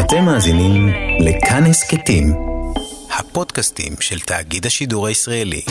אתם מאזינים לכאן הסכתים, הפודקאסטים של תאגיד השידור הישראלי.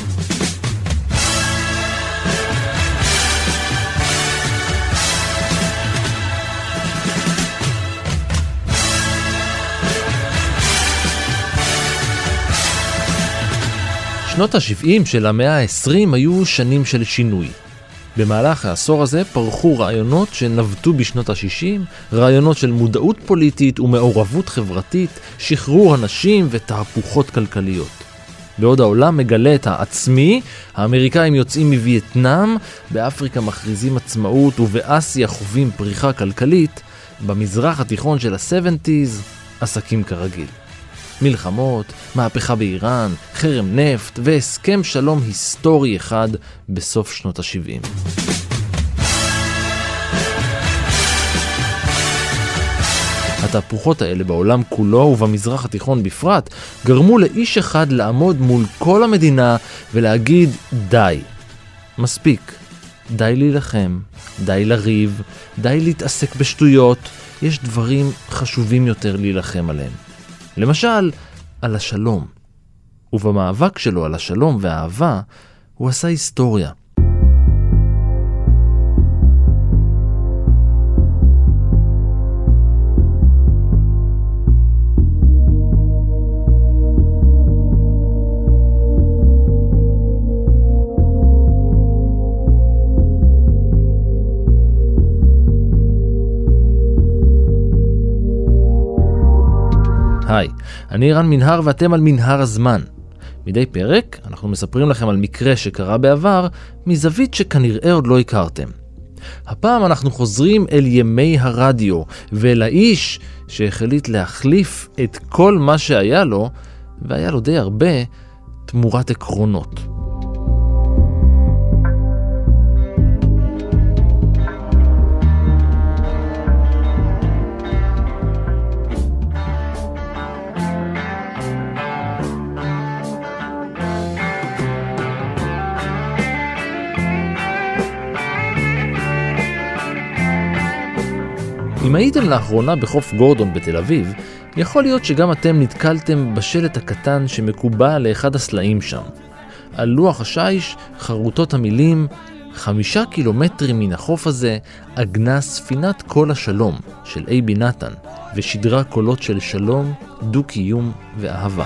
שנות ה-70 של המאה ה-20 היו שנים של שינוי. במהלך העשור הזה פרחו רעיונות שנבטו בשנות ה-60, רעיונות של מודעות פוליטית ומעורבות חברתית, שחרור הנשים ותהפוכות כלכליות. בעוד העולם מגלה את העצמי, האמריקאים יוצאים מווייטנאם, באפריקה מכריזים עצמאות ובאסיה חווים פריחה כלכלית, במזרח התיכון של ה-70s עסקים כרגיל. מלחמות, מהפכה באיראן, חרם נפט והסכם שלום היסטורי אחד בסוף שנות ה-70. התהפוכות האלה בעולם כולו ובמזרח התיכון בפרט גרמו לאיש אחד לעמוד מול כל המדינה ולהגיד די. מספיק. די להילחם, די לריב, די להתעסק בשטויות. יש דברים חשובים יותר להילחם עליהם. למשל, על השלום. ובמאבק שלו על השלום והאהבה, הוא עשה היסטוריה. היי, אני רן מנהר ואתם על מנהר הזמן. מדי פרק אנחנו מספרים לכם על מקרה שקרה בעבר מזווית שכנראה עוד לא הכרתם. הפעם אנחנו חוזרים אל ימי הרדיו ואל האיש שהחליט להחליף את כל מה שהיה לו, והיה לו די הרבה, תמורת עקרונות. אם הייתם לאחרונה בחוף גורדון בתל אביב, יכול להיות שגם אתם נתקלתם בשלט הקטן שמקובע לאחד הסלעים שם. על לוח השיש חרוטות המילים 5 קילומטרים מן החוף הזה עגנה ספינת כל השלום של אייבי נתן ושידרה קולות של שלום, דו-קיום ואהבה.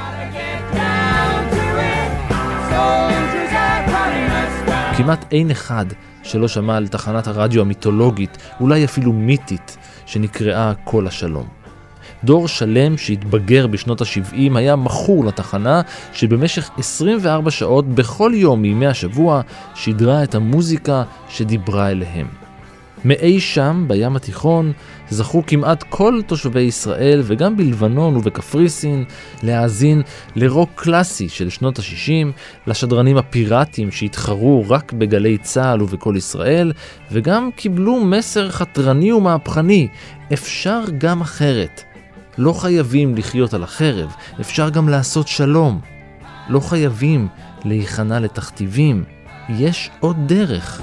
כמעט אין אחד שלא שמע על תחנת הרדיו המיתולוגית, אולי אפילו מיתית, שנקראה כל השלום. דור שלם שהתבגר בשנות ה-70 היה מכור לתחנה שבמשך 24 שעות בכל יום מימי השבוע שידרה את המוזיקה שדיברה אליהם. מאי שם בים התיכון זכו כמעט כל תושבי ישראל וגם בלבנון ובקפריסין להאזין לרוק קלאסי של שנות ה-60, לשדרנים הפיראטים שהתחרו רק בגלי צהל ובכל ישראל, וגם קיבלו מסר חתרני ומהפכני, אפשר גם אחרת. לא חייבים לחיות על החרב, אפשר גם לעשות שלום. לא חייבים להיכנע לתכתיבים, יש עוד דרך.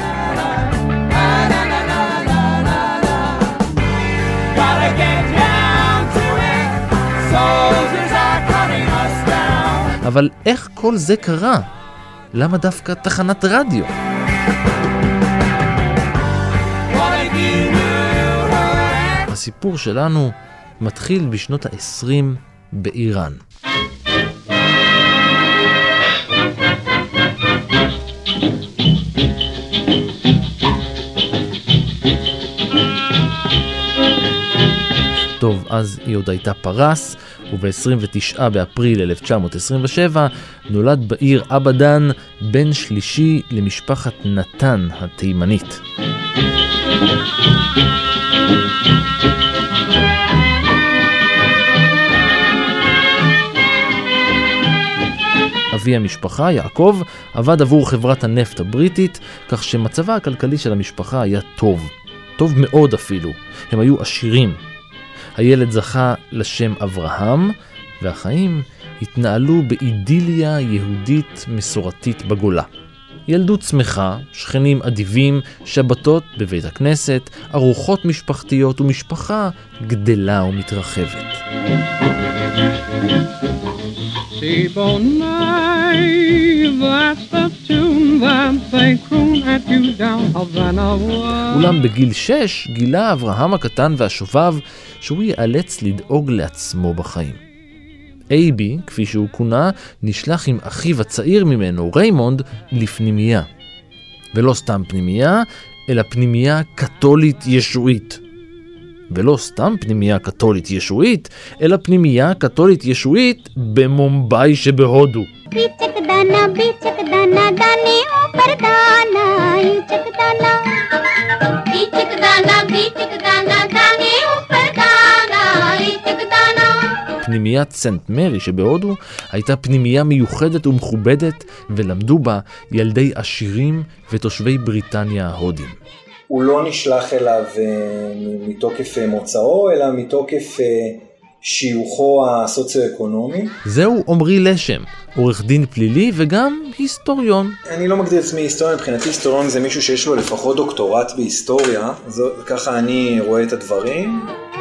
אבל איך כל זה קרה? למה דווקא תחנת רדיו? הסיפור שלנו מתחיל בשנות ה-20 באיראן. טוב, אז היא עוד הייתה פרס, וב-29 באפריל 1927 נולד בעיר אבדן בן שלישי למשפחת נתן התימנית. אבי המשפחה, יעקב, עבד עבור חברת הנפט הבריטית, כך שמצבה הכלכלי של המשפחה היה טוב. טוב מאוד אפילו. הם היו עשירים. הילד זכה לשם אברהם, והחיים התנהלו באידיליה יהודית מסורתית בגולה. ילדות שמחה, שכנים אדיבים, שבתות בבית הכנסת, ארוחות משפחתיות ומשפחה גדלה ומתרחבת. אולם בגיל 6 גילה אברהם הקטן והשובב שהוא ייאלץ לדאוג לעצמו בחיים. אייבי, כפי שהוא כונה, נשלח עם אחיו הצעיר ממנו, ריימונד, לפנימייה. ולא סתם פנימייה, אלא פנימייה קתולית ישועית. ולא סתם פנימייה קתולית ישועית, אלא פנימייה קתולית ישועית במומבאי שבהודו. פנימיית סנט מרי שבהודו הייתה פנימייה מיוחדת ומכובדת, ולמדו בה ילדי עשירים ותושבי בריטניה ההודים. הוא לא נשלח אליו מתוקף מוצאו, אלא מתוקף שיוכו הסוציו-אקונומי. זהו עומרי לשם, עורך דין פלילי וגם היסטוריון. אני לא מגדיר עצמי היסטוריון, מבחינתי היסטוריון זה מישהו שיש לו לפחות דוקטורט בהיסטוריה, ככה אני רואה את הדברים.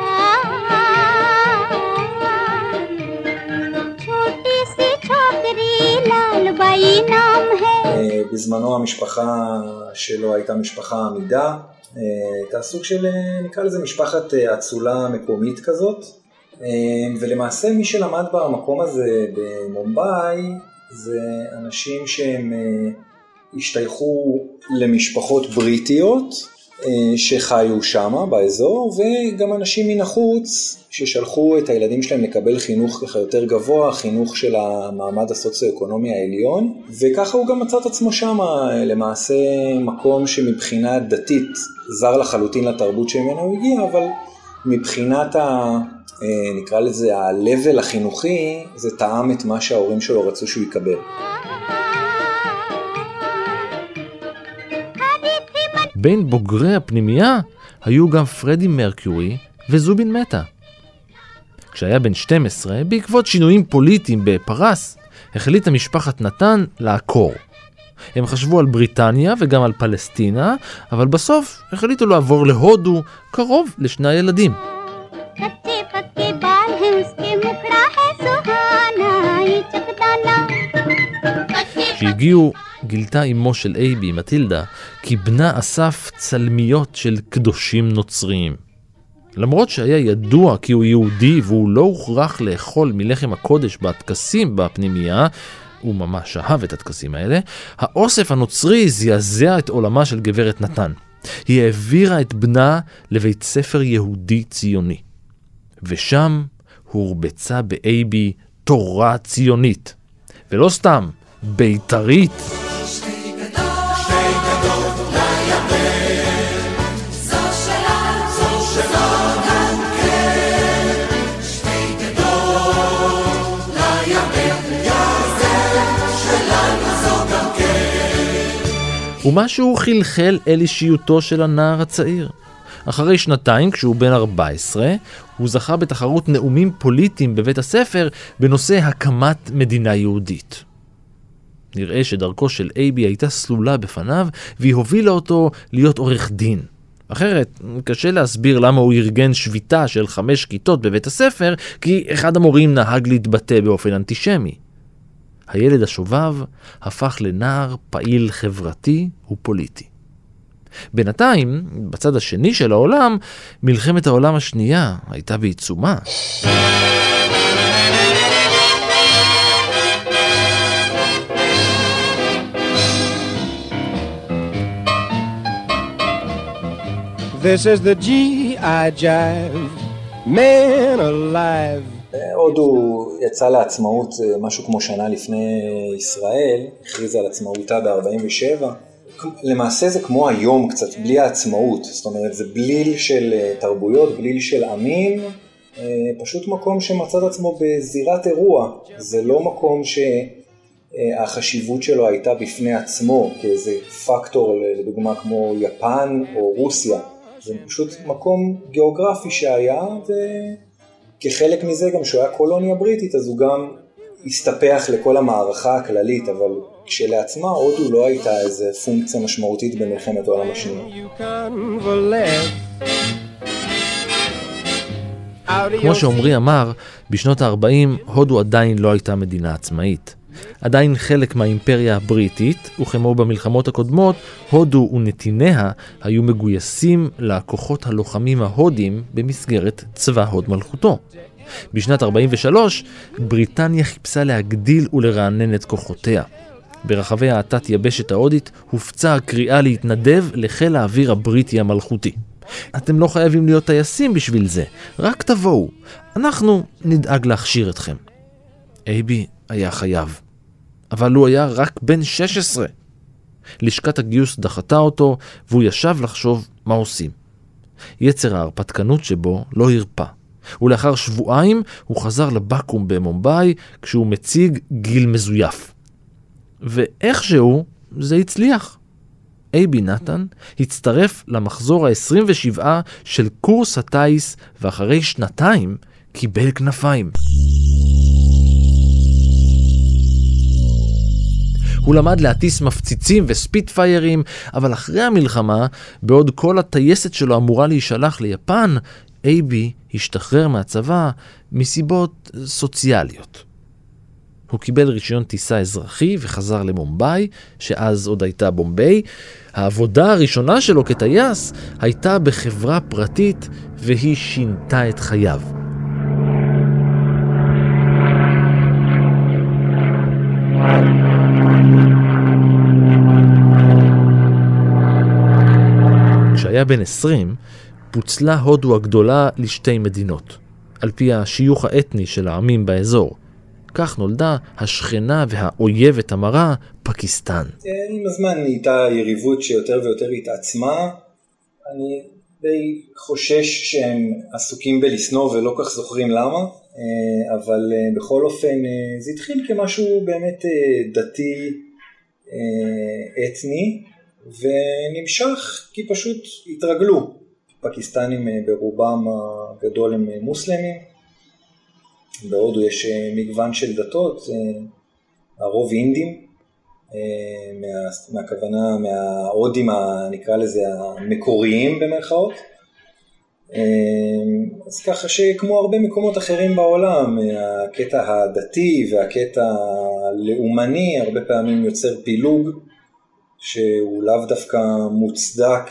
בזמנו המשפחה שלו הייתה משפחה עמידה, הייתה סוג של, נקרא לזה משפחת אצולה מקומית כזאת, ולמעשה מי שלמד במקום הזה במומבאי זה אנשים שהם השתייכו למשפחות בריטיות שחיו שם באזור, וגם אנשים מן החוץ ששלחו את הילדים שלהם לקבל חינוך ככה יותר גבוה, חינוך של המעמד הסוציו-אקונומי העליון, וככה הוא גם מצא את עצמו שם, למעשה מקום שמבחינה דתית זר לחלוטין לתרבות שממנו הוא הגיע, אבל מבחינת נקרא לזה ה-level החינוכי, זה טעם את מה שההורים שלו רצו שהוא יקבל. בין בוגרי הפנימייה היו גם פרדי מרקיורי וזובין מטה. כשהיה בן 12, בעקבות שינויים פוליטיים בפרס, החליטה משפחת נתן לעקור. הם חשבו על בריטניה וגם על פלסטינה, אבל בסוף החליטו לעבור להודו, קרוב לשני הילדים. כשהגיעו, גילתה אמו של אייבי, מטילדה, כי בנה אסף צלמיות של קדושים נוצריים. למרות שהיה ידוע כי הוא יהודי והוא לא הוכרח לאכול מלחם הקודש בטקסים בפנימייה, הוא ממש אהב את הטקסים האלה, האוסף הנוצרי זעזע את עולמה של גברת נתן. היא העבירה את בנה לבית ספר יהודי ציוני. ושם הורבצה באייבי תורה ציונית. ולא סתם, בית"רית. ומשהו חלחל אל אישיותו של הנער הצעיר. אחרי שנתיים, כשהוא בן 14, הוא זכה בתחרות נאומים פוליטיים בבית הספר בנושא הקמת מדינה יהודית. נראה שדרכו של אייבי הייתה סלולה בפניו, והיא הובילה אותו להיות עורך דין. אחרת, קשה להסביר למה הוא ארגן שביתה של 5 כיתות בבית הספר, כי אחד המורים נהג להתבטא באופן אנטישמי. הילד השובב הפך לנער פעיל חברתי ופוליטי. בינתיים, בצד השני של העולם, מלחמת העולם השנייה הייתה בעיצומה. This is the G.I. Jive, man alive. הודו יצא לעצמאות משהו כמו שנה לפני ישראל, הכריזה על עצמאותה ב-47. למעשה זה כמו היום קצת, בלי העצמאות, זאת אומרת זה בליל של תרבויות, בליל של עמים, פשוט מקום שמצא את עצמו בזירת אירוע. זה לא מקום שהחשיבות שלו הייתה בפני עצמו, כאיזה פקטור לדוגמה כמו יפן או רוסיה. זה פשוט מקום גיאוגרפי שהיה, וכחלק מזה גם שהוא היה קולוניה בריטית, אז הוא גם הסתפח לכל המערכה הכללית, אבל כשלעצמה הודו לא הייתה איזה פונקציה משמעותית במלחמת העולם השנייה. כמו שעומרי אמר, בשנות ה-40 הודו עדיין לא הייתה מדינה עצמאית. עדיין חלק מהאימפריה הבריטית, וכמו במלחמות הקודמות, הודו ונתיניה היו מגויסים לכוחות הלוחמים ההודים במסגרת צבא הוד מלכותו. בשנת 43, בריטניה חיפשה להגדיל ולרענן את כוחותיה. ברחבי התת יבשת ההודית הופצה הקריאה להתנדב לחיל האוויר הבריטי המלכותי. אתם לא חייבים להיות טייסים בשביל זה, רק תבואו, אנחנו נדאג להכשיר אתכם. אייבי היה חייב, אבל הוא היה רק בן 16. לשכת הגיוס דחתה אותו, והוא ישב לחשוב מה עושים. יצר ההרפתקנות שבו לא הרפא, ולאחר שבועיים הוא חזר לבקו"ם במומביי כשהוא מציג גיל מזויף. ואיכשהו זה הצליח. אייבי נתן הצטרף למחזור ה-27 של קורס הטייס, ואחרי שנתיים קיבל כנפיים. הוא למד להטיס מפציצים וספיטפיירים, אבל אחרי המלחמה, בעוד כל הטייסת שלו אמורה להישלח ליפן, אייבי השתחרר מהצבא מסיבות סוציאליות. הוא קיבל רישיון טיסה אזרחי וחזר למומביי, שאז עוד הייתה בומביי. העבודה הראשונה שלו כטייס הייתה בחברה פרטית, והיא שינתה את חייו. כשהיה בן 20, פוצלה הודו הגדולה לשתי מדינות, על פי השיוך האתני של העמים באזור. כך נולדה השכנה והאויבת המרה, פקיסטן. עם הזמן נהייתה יריבות שיותר ויותר התעצמה. אני די חושש שהם עסוקים בלסנוע ולא כך זוכרים למה, אבל בכל אופן זה התחיל כמשהו באמת דתי, אתני, ונמשך כי פשוט התרגלו. פקיסטנים ברובם הגדול הם מוסלמים, בהודו יש מגוון של דתות, הרוב אינדים, מהכוונה, מההודים, נקרא לזה המקוריים במרכאות. אז ככה שכמו הרבה מקומות אחרים בעולם, הקטע הדתי והקטע הלאומני הרבה פעמים יוצר פילוג, שהוא לאו דווקא מוצדק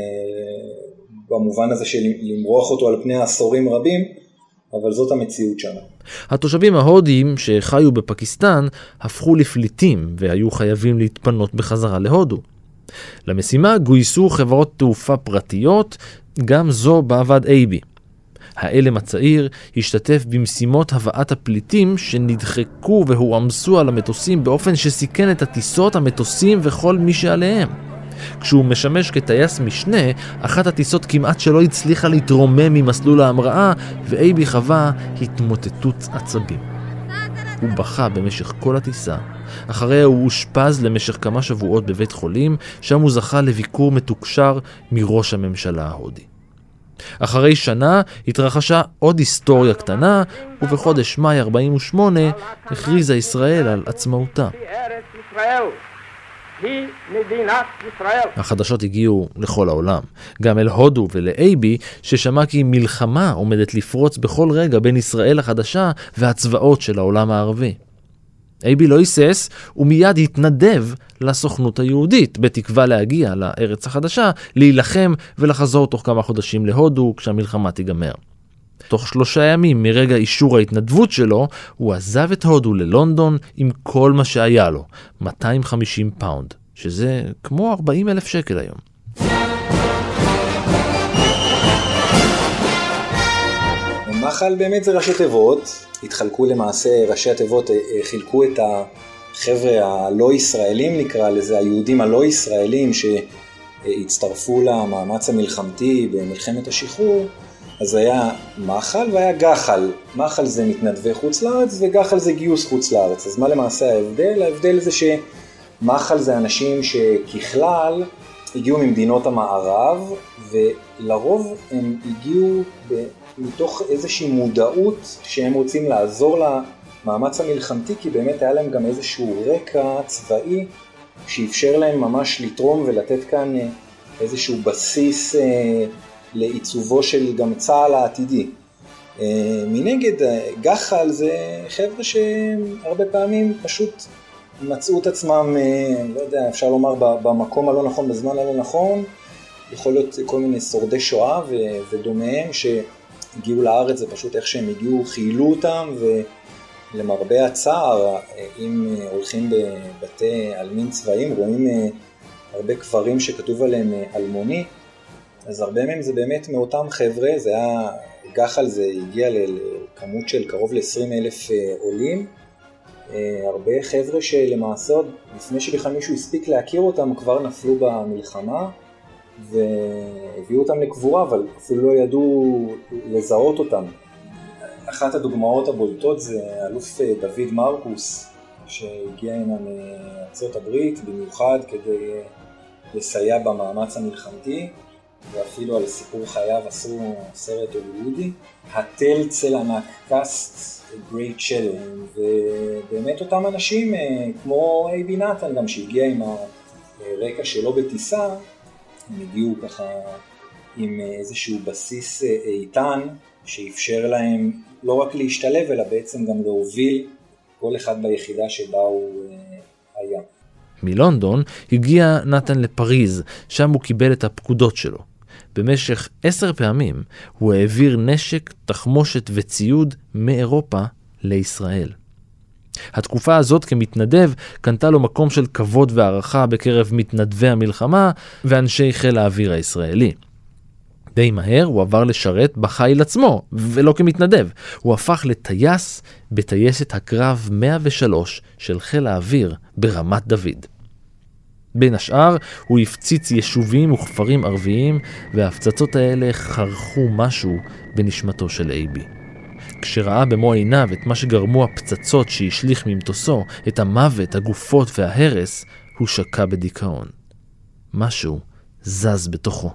במובן הזה של למרוח אותו על פני עשורים רבים, אבל זאת המציאות שם. התושבים ההודים שחיו בפקיסטן הפכו לפליטים והיו חייבים להתפנות בחזרה להודו. למשימה גויסו חברות תעופה פרטיות, גם זו בעבד אייבי. האלם הצעיר השתתף במשימות הבאת הפליטים שנדחקו והועמסו על המטוסים באופן שסיכן את הטיסות, המטוסים וכל מי שעליהם. כשהוא משמש כטייס משנה, אחת הטיסות כמעט שלא הצליחה להתרומם ממסלול ההמראה, ואייבי חווה התמוטטות עצבים. הוא בכה במשך כל הטיסה. אחריה הוא אושפז למשך כמה שבועות בבית חולים, שם הוא זכה לביקור מתוקשר מראש הממשלה ההודי. אחרי שנה התרחשה עוד היסטוריה קטנה, ובחודש מאי 48 הכריזה ישראל על עצמאותה. היא מדינת ישראל. החדשות הגיעו לכל העולם, גם אל הודו ולאייבי, ששמע כי מלחמה עומדת לפרוץ בכל רגע בין ישראל החדשה והצבאות של העולם הערבי. אייבי לא היסס ומיד התנדב לסוכנות היהודית, בתקווה להגיע לארץ החדשה, להילחם ולחזור תוך כמה חודשים להודו כשהמלחמה תיגמר. תוך 3 ימים מרגע אישור ההתנדבות שלו, הוא עזב את הודו ללונדון עם כל מה שהיה לו, 250 פאונד, שזה כמו 40,000 שקל היום. מחל באמת זה ראשי תיבות, התחלקו למעשה, ראשי התיבות חילקו את החבר'ה הלא ישראלים נקרא לזה, היהודים הלא ישראלים שהצטרפו למאמץ המלחמתי במלחמת השחרור, אז היה מחל והיה גחל. מחל זה מתנדבי חוץ לארץ וגחל זה גיוס חוץ לארץ. אז מה למעשה ההבדל? ההבדל זה שמחל זה אנשים שככלל הגיעו ממדינות המערב, ולרוב הם הגיעו מתוך איזושהי מודעות שהם רוצים לעזור למאמץ המלחמתי, כי באמת היה להם גם איזשהו רקע צבאי שאפשר להם ממש לתרום ולתת כאן איזשהו בסיס לעיצובו של גם צה"ל העתידי. מנגד, גחל זה חבר'ה שהרבה פעמים פשוט מצאו את עצמם, לא יודע, אפשר לומר במקום הלא נכון, בזמן הלא נכון, יכול להיות כל מיני שורדי שואה ודומיהם שהגיעו לארץ, זה פשוט איך שהם הגיעו, חיילו אותם, ולמרבה הצער, אם הולכים בבתי עלמין צבאיים, רואים הרבה קברים שכתוב עליהם אלמוני, אז הרבה מהם זה באמת מאותם חבר'ה, זה היה, גחל זה הגיע לכמות של קרוב ל-20,000 עולים, הרבה חבר'ה שלמעשה עוד לפני שבכלל מישהו הספיק להכיר אותם כבר נפלו במלחמה והביאו אותם לקבורה, אבל אפילו לא ידעו לזהות אותם. אחת הדוגמאות הבולטות זה אלוף דוד מרקוס שהגיע הנה מארצות הברית במיוחד כדי לסייע במאמץ המלחמתי, ואפילו על סיפור חייו עשו סרט הוליוודי, התל צל ענק, קאסט גרייט שלו, ובאמת אותם אנשים כמו אייבי נתן גם שהגיע עם הרקע שלו בטיסה, הם הגיעו ככה עם איזשהו בסיס איתן שאפשר להם לא רק להשתלב אלא בעצם גם להוביל כל אחד ביחידה שבה הוא היה. מלונדון הגיע נתן לפריז, שם הוא קיבל את הפקודות שלו. במשך 10 פעמים הוא העביר נשק, תחמושת וציוד מאירופה לישראל. התקופה הזאת כמתנדב קנתה לו מקום של כבוד והערכה בקרב מתנדבי המלחמה ואנשי חיל האוויר הישראלי. די מהר הוא עבר לשרת בחיל עצמו, ולא כמתנדב. הוא הפך לטייס בטייסת הקרב 103 של חיל האוויר ברמת דוד. בין השאר הוא הפציץ יישובים וכפרים ערביים, וההפצצות האלה חרכו משהו בנשמתו של אייבי. כשראה במו עיניו את מה שגרמו הפצצות שהשליך ממטוסו, את המוות, הגופות וההרס, הוא שקע בדיכאון. משהו זז בתוכו.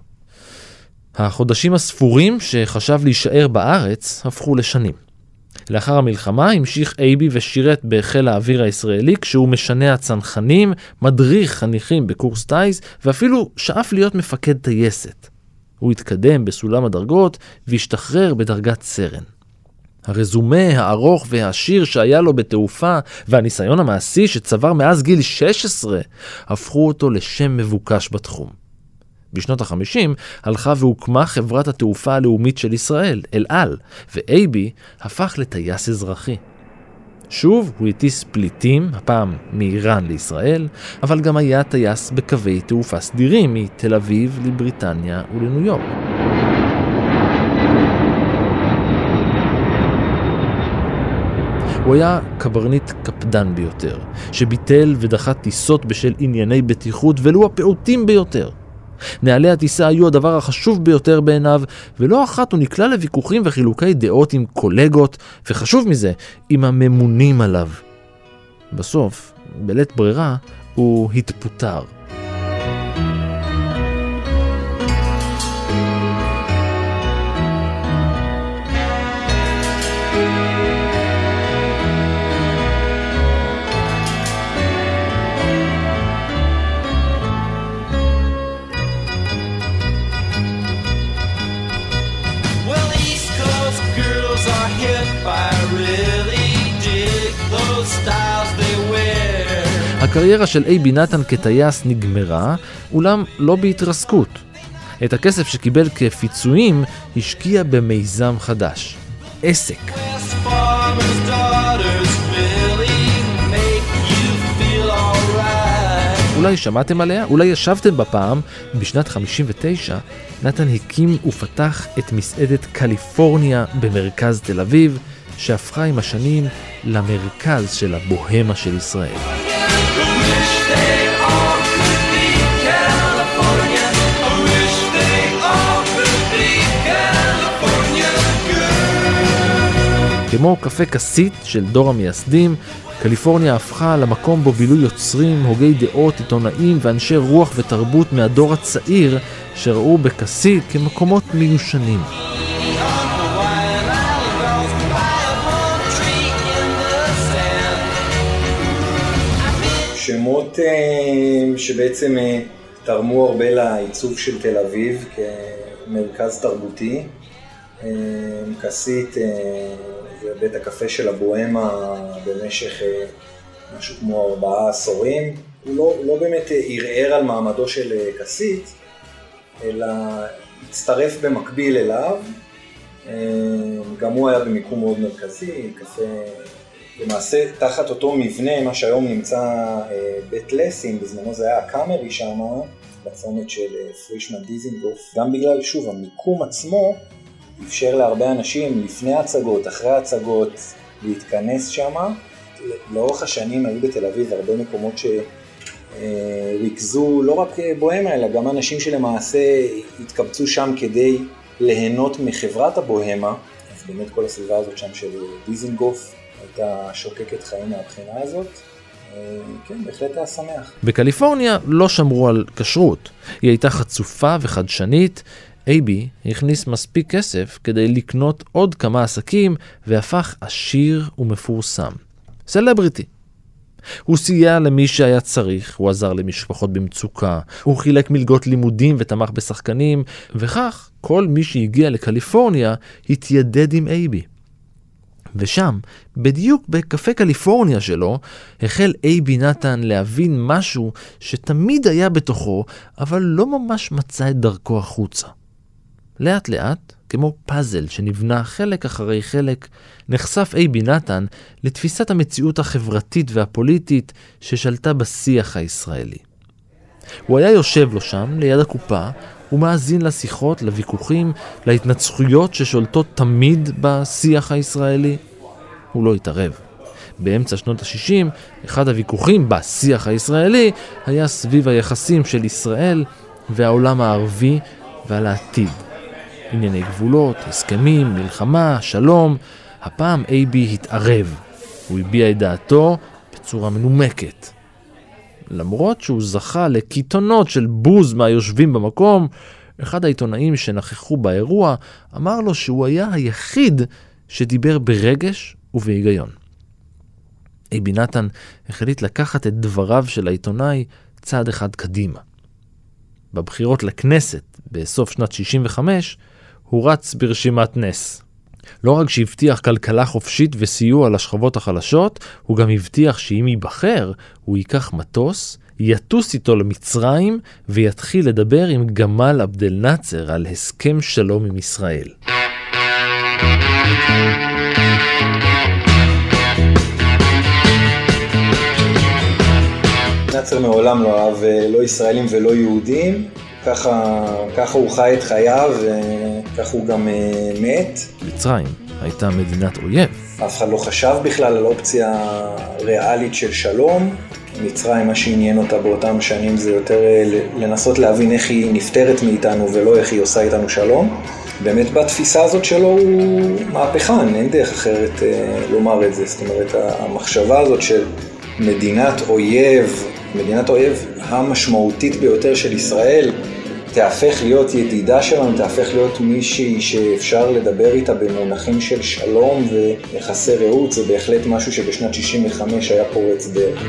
החודשים הספורים שחשב להישאר בארץ הפכו לשנים. לאחר המלחמה המשיך אייבי ושירת בחיל האוויר הישראלי כשהוא משנה הצנחנים, מדריך חניכים בקורס טייס ואפילו שאף להיות מפקד טייסת. הוא התקדם בסולם הדרגות והשתחרר בדרגת סרן. הרזומה הארוך והעשיר שהיה לו בתעופה והניסיון המעשי שצבר מאז גיל 16 הפכו אותו לשם מבוקש בתחום. בשנות ה-50 הלכה והוקמה חברת התעופה הלאומית של ישראל, אל על, ואייבי הפך לטייס אזרחי. שוב הוא הטיס פליטים, הפעם מאיראן לישראל, אבל גם היה טייס בקווי תעופה סדירים מתל אביב לבריטניה ולניו יורק. הוא היה קברניט קפדן ביותר, שביטל ודחה טיסות בשל ענייני בטיחות ולו הפעוטים ביותר. נעלי הטיסה היו הדבר החשוב ביותר בעיניו, ולא אחת הוא נקלע לוויכוחים וחילוקי דעות עם קולגות, וחשוב מזה, עם הממונים עליו. בסוף, בלית ברירה, הוא התפוטר. הקריירה של אייבי נתן כטייס נגמרה, אולם לא בהתרסקות. את הכסף שקיבל כפיצויים השקיע במיזם חדש, עסק. אולי שמעתם עליה? אולי ישבתם בפעם? בשנת 59 נתן הקים ופתח את מסעדת קליפורניה במרכז תל אביב, שהפכה עם השנים למרכז של הבוהמה של ישראל. כמו קפה כסית של דור המייסדים, קליפורניה הפכה למקום בו בילו יוצרים, הוגי דעות, עיתונאים ואנשי רוח ותרבות מהדור הצעיר שראו בכסית כמקומות מיושנים. שמות שבעצם תרמו הרבה לעיצוב של תל אביב כמרכז תרבותי. כסית, זה בית הקפה של הבוהמה במשך משהו כמו 4 עשורים. הוא לא באמת ערער על מעמדו של כסית, אלא הצטרף במקביל אליו. גם הוא היה במיקום מאוד מרכזי, קפה, למעשה תחת אותו מבנה, מה שהיום נמצא בית לסין, בזמנו זה היה הקאמרי שם, בצומת של פרישמן דיזינגוף. גם בגלל, שוב, המיקום עצמו אפשר להרבה אנשים לפני הצגות, אחרי הצגות, להתכנס שם. לאורך השנים היו בתל אביב הרבה מקומות שריכזו לא רק בוהמה, אלא גם אנשים שלמעשה התקבצו שם כדי ליהנות מחברת הבוהמה. אז באמת כל הסביבה הזאת שם של דיזינגוף הייתה שוקקת חיים מהבחינה הזאת. כן, בהחלט היה שמח. בקליפורניה לא שמרו על כשרות. היא הייתה חצופה וחדשנית. אייבי הכניס מספיק כסף כדי לקנות עוד כמה עסקים והפך עשיר ומפורסם. סלבריטי. הוא סייע למי שהיה צריך, הוא עזר למשפחות במצוקה, הוא חילק מלגות לימודים ותמך בשחקנים, וכך כל מי שהגיע לקליפורניה התיידד עם אייבי. ושם, בדיוק בקפה קליפורניה שלו, החל אייבי נתן להבין משהו שתמיד היה בתוכו, אבל לא ממש מצא את דרכו החוצה. לאט לאט, כמו פאזל שנבנה חלק אחרי חלק, נחשף אייבי נתן לתפיסת המציאות החברתית והפוליטית ששלטה בשיח הישראלי. הוא היה יושב לו שם, ליד הקופה, ומאזין לשיחות, לוויכוחים, להתנצחויות ששולטות תמיד בשיח הישראלי. הוא לא התערב. באמצע שנות ה-60, אחד הוויכוחים בשיח הישראלי היה סביב היחסים של ישראל והעולם הערבי ועל העתיד. ענייני גבולות, הסכמים, מלחמה, שלום. הפעם אייבי התערב. הוא הביע את דעתו בצורה מנומקת. למרות שהוא זכה לקיתונות של בוז מהיושבים במקום, אחד העיתונאים שנכחו באירוע אמר לו שהוא היה היחיד שדיבר ברגש ובהיגיון. אייבי נתן החליט לקחת את דבריו של העיתונאי צעד אחד קדימה. בבחירות לכנסת בסוף שנת 65 הוא רץ ברשימת נס. לא רק שהבטיח כלכלה חופשית וסיוע לשכבות החלשות, הוא גם הבטיח שאם ייבחר, הוא ייקח מטוס, יטוס איתו למצרים ויתחיל לדבר עם גמל עבדל נאצר על הסכם שלום עם ישראל. נאצר מעולם לא אהב לא ישראלים ולא יהודים, ככה הוא חי את חייו וככה הוא גם מת. מצרים הייתה מדינת אויב. אף אחד לא חשב בכלל על אופציה ריאלית של שלום. מצרים, מה שעניין אותה באותם שנים זה יותר לנסות להבין איך היא נפטרת מאיתנו ולא איך היא עושה איתנו שלום. באמת בתפיסה הזאת שלו הוא מהפכן, אין דרך אחרת לומר את זה. זאת אומרת, המחשבה הזאת של מדינת אויב המשמעותית ביותר של ישראל, תהפך להיות ידידה שלנו, תהפך להיות מישהי שאפשר לדבר איתה במונחים של שלום ויחסי רעות, זה בהחלט משהו שבשנת 65 היה פורץ דרך.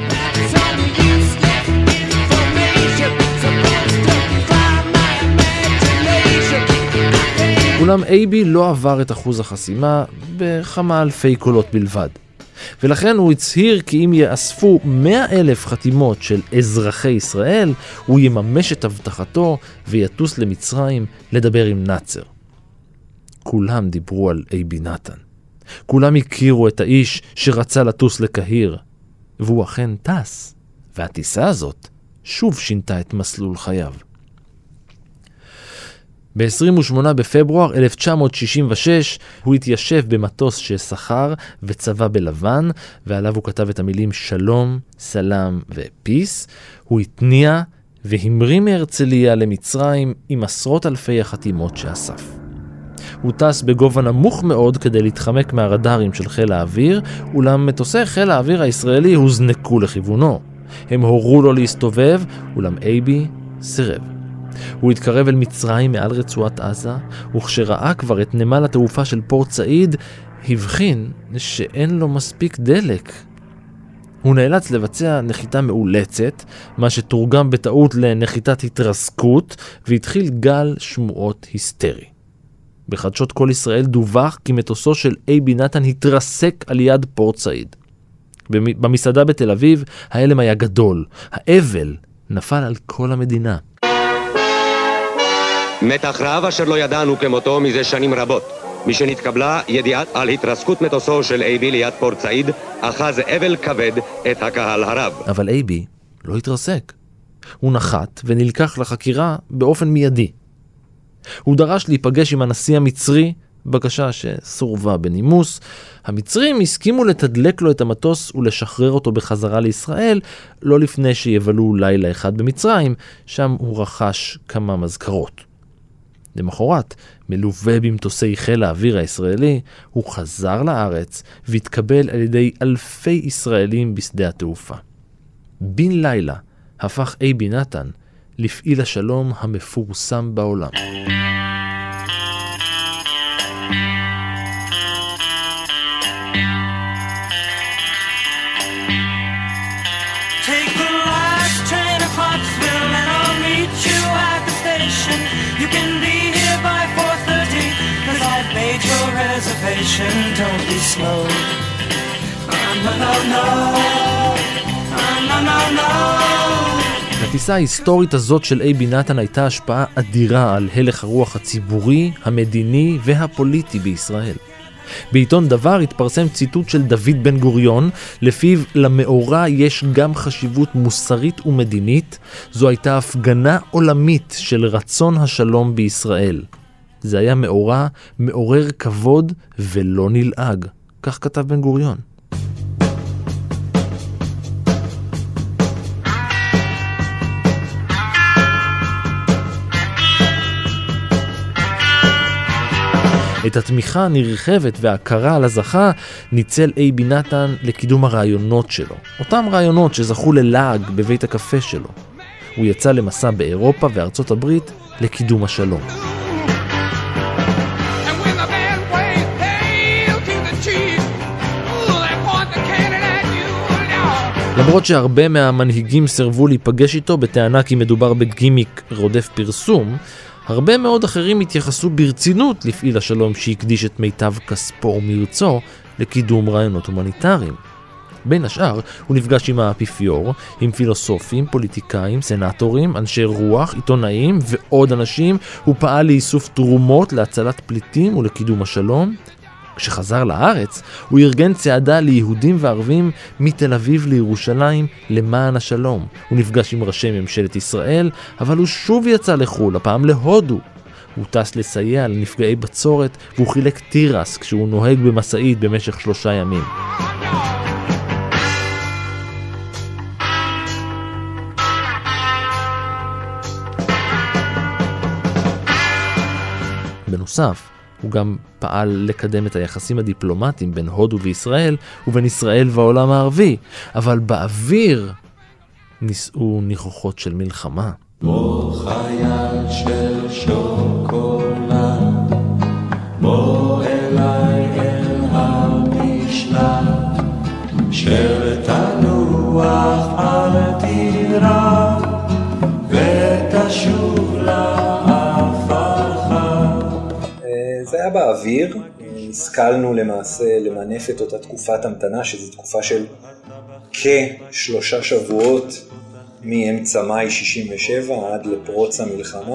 אולם אייבי לא עבר את אחוז החסימה בכמה אלפי קולות בלבד. ולכן הוא הצהיר כי אם יאספו 100,000 חתימות של אזרחי ישראל, הוא יממש את הבטחתו ויטוס למצרים לדבר עם נאצר. כולם דיברו על אייבי נתן. כולם הכירו את האיש שרצה לטוס לקהיר, והוא אכן טס, והטיסה הזאת שוב שינתה את מסלול חייו. ב-28 בפברואר 1966 הוא התיישב במטוס ששכר וצבע בלבן, ועליו הוא כתב את המילים שלום, סלם ופיס. הוא התניע והמריא מהרצליה למצרים עם עשרות אלפי החתימות שאסף. הוא טס בגובה נמוך מאוד כדי להתחמק מהרדארים של חיל האוויר, אולם מטוסי חיל האוויר הישראלי הוזנקו לכיוונו. הם הורו לו להסתובב, אולם אייבי סירב. הוא התקרב אל מצרים מעל רצועת עזה, וכשראה כבר את נמל התעופה של פורט סעיד, הבחין שאין לו מספיק דלק. הוא נאלץ לבצע נחיתה מאולצת, מה שתורגם בטעות לנחיתת התרסקות, והתחיל גל שמועות היסטרי. בחדשות כל ישראל דווח כי מטוסו של אייבי נתן התרסק על יד פורט סעיד. במסעדה בתל אביב ההלם היה גדול. האבל נפל על כל המדינה. מתח רב אשר לא ידענו כמותו מזה שנים רבות. משנתקבלה ידיעה על התרסקות מטוסו של אייבי ליד פורט סעיד, אחז אבל כבד את הקהל הרב. אבל אייבי לא התרסק. הוא נחת ונלקח לחקירה באופן מיידי. הוא דרש להיפגש עם הנשיא המצרי, בקשה שסורבה בנימוס. המצרים הסכימו לתדלק לו את המטוס ולשחרר אותו בחזרה לישראל, לא לפני שיבלו לילה אחד במצרים, שם הוא רכש כמה מזכרות. למחרת, מלווה במטוסי חיל האוויר הישראלי, הוא חזר לארץ והתקבל על ידי אלפי ישראלים בשדה התעופה. בן לילה הפך אייבי נתן לפעיל השלום המפורסם בעולם. Take the last train to Pottsville and I'll meet you at the station. You can be here by 4:30 cause I've made your reservation. Don't be slow. No. לטיסה ההיסטורית הזאת של אייבי נתן הייתה השפעה אדירה על הלך הרוח הציבורי, המדיני והפוליטי בישראל. בעיתון דבר התפרסם ציטוט של דוד בן גוריון, לפיו למאורע יש גם חשיבות מוסרית ומדינית. זו הייתה הפגנה עולמית של רצון השלום בישראל. זה היה מאורע מעורר כבוד ולא נלעג. כך כתב בן גוריון. את התמיכה הנרחבת וההכרה על הזכה ניצל אייבי נתן לקידום הרעיונות שלו. אותם רעיונות שזכו ללעג בבית הקפה שלו. הוא יצא למסע באירופה וארצות הברית לקידום השלום. למרות שהרבה מהמנהיגים סרבו להיפגש איתו בטענה כי מדובר בגימיק רודף פרסום, הרבה מאוד אחרים התייחסו ברצינות לפעיל השלום שהקדיש את מיטב כספו ומרצו לקידום רעיונות הומניטריים. בין השאר הוא נפגש עם האפיפיור, עם פילוסופים, פוליטיקאים, סנטורים, אנשי רוח, עיתונאים ועוד אנשים. הוא פעל לאיסוף תרומות להצלת פליטים ולקידום השלום. כשחזר לארץ הוא ארגן צעדה ליהודים וערבים מתל אביב לירושלים למען השלום. הוא נפגש עם ראשי ממשלת ישראל, אבל הוא שוב יצא לחול, הפעם להודו. הוא טס לסייע לנפגעי בצורת והוא חילק תירס כשהוא נוהג במסעית במשך 3 ימים. בנוסף, הוא גם פעל לקדם את היחסים הדיפלומטיים בין הודו וישראל ובין ישראל והעולם הערבי, אבל באוויר נישאו ניחוחות של מלחמה. בוא חייל של שוקולד, בוא אליי אל המשלט, שתנוח על טירה ותשוב זה היה באוויר, השכלנו למעשה למנף את אותה תקופת המתנה, שזו תקופה של כ3 שבועות מאמצע מאי 67 עד לפרוץ המלחמה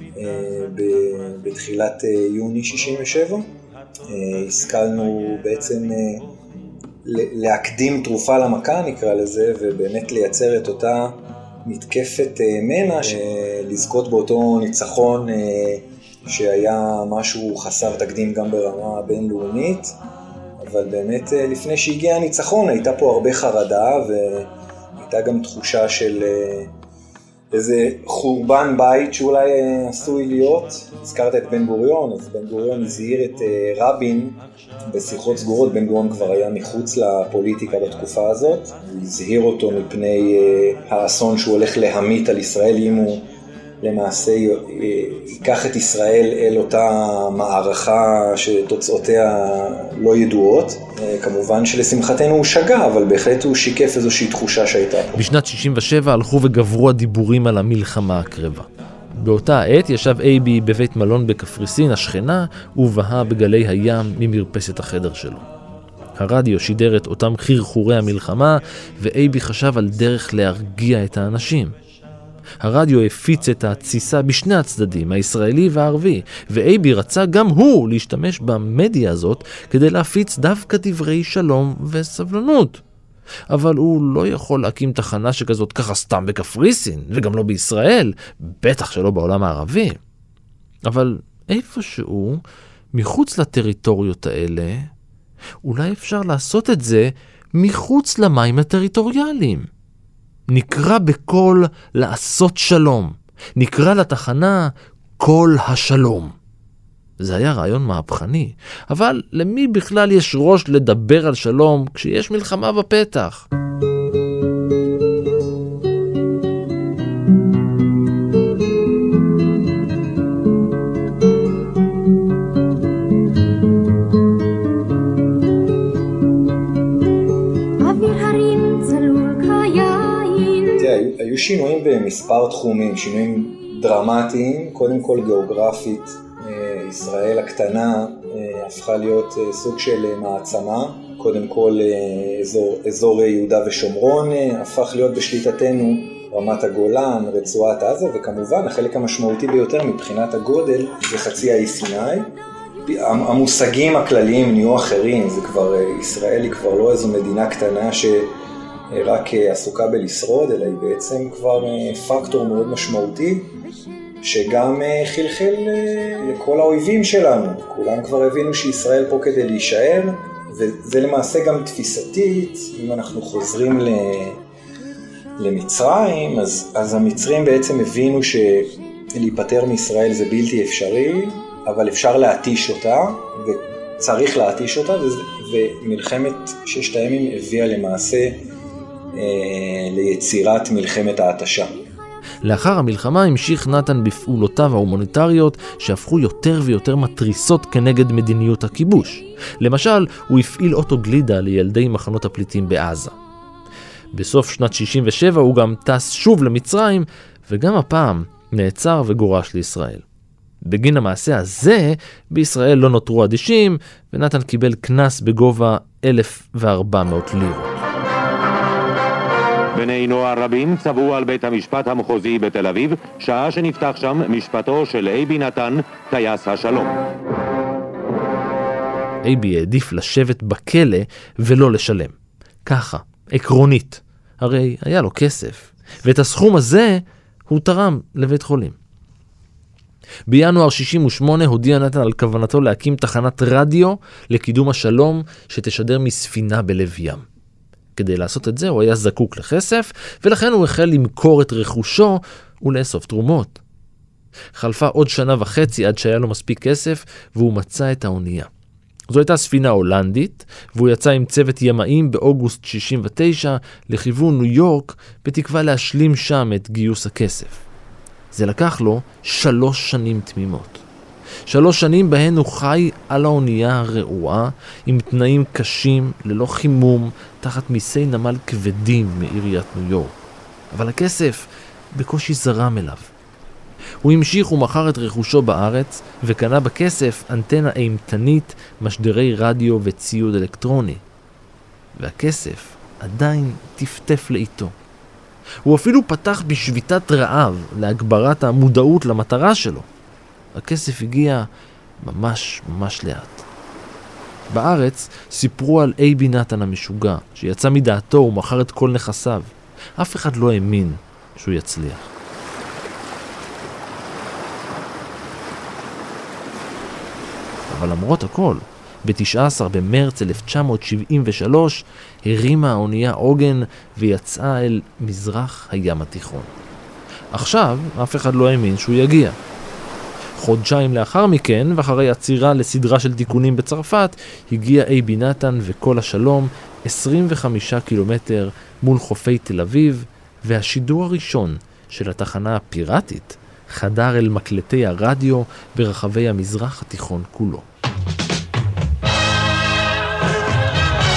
בתחילת יוני 67. השכלנו בעצם להקדים תרופה למכה נקרא לזה, ובאמת לייצר את אותה מתקפת מנע, לזכות באותו ניצחון שהיה משהו חסר תקדים גם ברמה הבינלאומית, אבל באמת לפני שהגיע הניצחון הייתה פה הרבה חרדה, והייתה גם תחושה של איזה חורבן בית שאולי עשוי להיות. הזכרת את בן גוריון, אז בן גוריון הזהיר את רבין בשיחות סגורות. בן גוריון כבר היה מחוץ לפוליטיקה בתקופה הזאת, הוא הזהיר אותו מפני האסון שהוא הולך להמיט על ישראל אם הוא למעשה ייקח את ישראל אל אותה מערכה שתוצאותיה לא ידועות. כמובן שלשמחתנו הוא שגה, אבל בהחלט הוא שיקף איזושהי תחושה שהייתה פה. בשנת 67 הלכו וגברו הדיבורים על המלחמה הקרבה. באותה העת ישב אייבי בבית מלון בקפריסין השכנה ובהה בגלי הים ממרפסת החדר שלו. הרדיו שידר את אותם חרחורי המלחמה ואייבי חשב על דרך להרגיע את האנשים. הרדיו הפיץ את התסיסה בשני הצדדים, הישראלי והערבי, ואייבי רצה גם הוא להשתמש במדיה הזאת כדי להפיץ דווקא דברי שלום וסבלנות. אבל הוא לא יכול להקים תחנה שכזאת ככה סתם בקפריסין, וגם לא בישראל, בטח שלא בעולם הערבי. אבל איפשהו, מחוץ לטריטוריות האלה, אולי אפשר לעשות את זה מחוץ למים הטריטוריאליים. נקרא בקול לעשות שלום. נקרא לתחנה קול השלום. זה היה רעיון מהפכני, אבל למי בכלל יש ראש לדבר על שלום כשיש מלחמה בפתח? היו שינויים במספר תחומים, שינויים דרמטיים, קודם כל גיאוגרפית. ישראל הקטנה הפכה להיות סוג של מעצמה, קודם כל אזור יהודה ושומרון הפך להיות בשליטתנו, רמת הגולן, רצועת עזה, וכמובן החלק המשמעותי ביותר מבחינת הגודל זה חצי האי סיני. המושגים הכלליים נהיו אחרים, זה כבר, ישראל היא כבר לא איזו מדינה קטנה שרק עסוקה בלשרוד, אלא היא בעצם כבר פקטור מאוד משמעותי, שגם חלחל לכל האויבים שלנו. כולם כבר הבינו שישראל פה כדי להישאר, וזה למעשה גם תפיסתית. אם אנחנו חוזרים למצרים, אז המצרים בעצם הבינו שלהיפטר מישראל זה בלתי אפשרי, אבל אפשר להתיש אותה, וצריך להתיש אותה, ומלחמת ששת הימים הביאה למעשה ליצירת מלחמת ההתשה. לאחר המלחמה המשיך נתן בפעולותיו ההומניטריות שהפכו יותר ויותר מטריסות כנגד מדיניות הכיבוש. למשל, הוא הפעיל אוטוגלידה לילדי מחנות הפליטים בעזה. בסוף שנת 67 הוא גם טס שוב למצרים, וגם הפעם נעצר וגורש לישראל. בגין המעשה הזה, בישראל לא נותרו אדישים, ונתן קיבל קנס בגובה 1,400 לירות. בני נוער רבים צבעו על בית המשפט המחוזי בתל אביב, שעה שנפתח שם משפטו של אייבי נתן, טייס השלום. אייבי העדיף לשבת בכלא ולא לשלם. ככה, עקרונית. הרי היה לו כסף, ואת הסכום הזה הוא תרם לבית חולים. בינואר 68 הודיע נתן על כוונתו להקים תחנת רדיו לקידום השלום שתשדר מספינה בלב ים. כדי לעשות את זה הוא היה זקוק לכסף, ולכן הוא החל למכור את רכושו ולאסוף תרומות. חלפה עוד 1.5 שנה עד שהיה לו מספיק כסף, והוא מצא את האונייה. זו הייתה ספינה הולנדית, והוא יצא עם צוות ימאים באוגוסט 69 לכיוון ניו יורק, בתקווה להשלים שם את גיוס הכסף. זה לקח לו 3 שנים תמימות. 3 שנים בהן הוא חי על האונייה הרעועה, עם תנאים קשים, ללא חימום, תחת מיסי נמל כבדים מעיריית ניו יורק. אבל הכסף בקושי זרם אליו. הוא המשיך ומכר את רכושו בארץ, וקנה בכסף אנטנה אימתנית, משדרי רדיו וציוד אלקטרוני. והכסף עדיין טפטף לאיתו. הוא אפילו פתח בשביתת רעב להגברת המודעות למטרה שלו. הכסף הגיע ממש לאט. בארץ סיפרו על אייבי נתן המשוגע, שיצא מדעתו ומכר את כל נכסיו. אף אחד לא האמין שהוא יצליח. אבל למרות הכל, ב-19 במרץ 1973 הרימה האונייה עוגן ויצאה אל מזרח הים התיכון. עכשיו אף אחד לא האמין שהוא יגיע. חודשיים לאחר מכן, ואחרי עצירה לסדרה של תיקונים בצרפת, הגיע אייבי נתן וכל השלום 25 קילומטר מול חופי תל אביב, והשידור הראשון של התחנה הפיראטית חדר אל מקלטי הרדיו ברחבי המזרח התיכון כולו.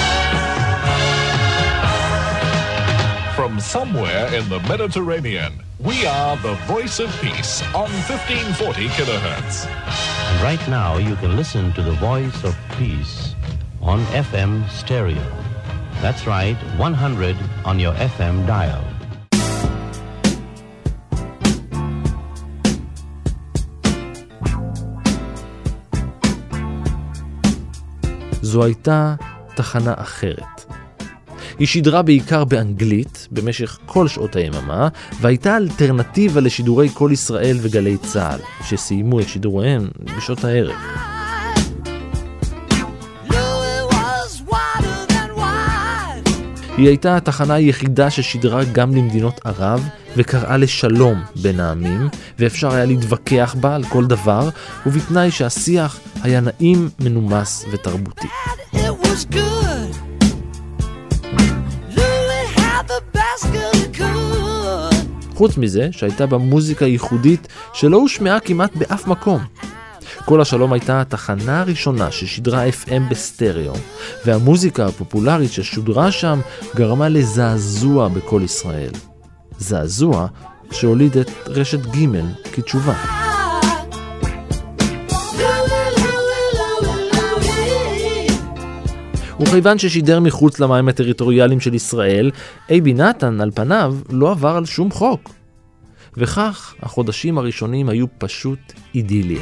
From somewhere in the Mediterranean, We are the voice of peace on 1540 kilohertz. And right now you can listen to the voice of peace on FM stereo. That's right, 100 on your FM dial. זו הייתה תחנה אחרת. היא שידרה בעיקר באנגלית במשך כל שעות היממה, והייתה אלטרנטיבה לשידורי כל ישראל וגלי צהל, שסיימו את שידוריהם בשעות הערב. היא הייתה התחנה היחידה ששידרה גם למדינות ערב, וקראה לשלום בין העמים, ואפשר היה להתווכח בה על כל דבר, ובתנאי שהשיח היה נעים, מנומס ותרבותי. חוץ מזה שהייתה בה מוזיקה ייחודית שלא הושמעה כמעט באף מקום. כל השלום הייתה התחנה הראשונה ששידרה FM בסטריאו, והמוזיקה הפופולרית ששודרה שם גרמה לזעזוע בכל ישראל. זעזוע שהוליד את רשת ג' כתשובה. וכיוון ששידר מחוץ למים הטריטוריאליים של ישראל, אייבי נתן על פניו לא עבר על שום חוק. וכך החודשים הראשונים היו פשוט אידיליה.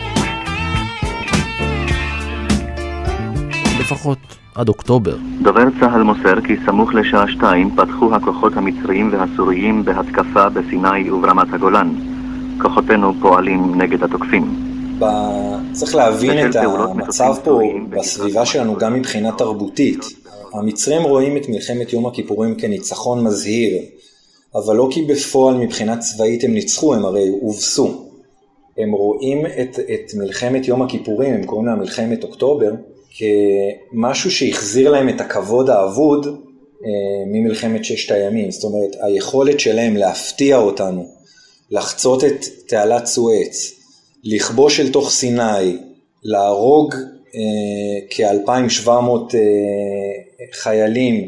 לפחות עד אוקטובר. דובר צהל מוסר כי סמוך לשעה 2 פתחו הכוחות המצריים והסוריים בהתקפה בסיני וברמת הגולן. כוחותינו פועלים נגד התוקפים. צריך להבין את המצב פה בסביבה שלנו גם מבחינה תרבותית. המצרים רואים את מלחמת יום הכיפורים כניצחון מזהיר, אבל לא כי בפועל מבחינה צבאית הם ניצחו, הם הרי הובסו. הם רואים את מלחמת יום הכיפורים, הם קוראים לה מלחמת אוקטובר, כמשהו שהחזיר להם את הכבוד האבוד ממלחמת ששת הימים. זאת אומרת, היכולת שלהם להפתיע אותנו, לחצות את תעלת סואץ, לכבוש אל תוך סיני, להרוג כ-2,700 חיילים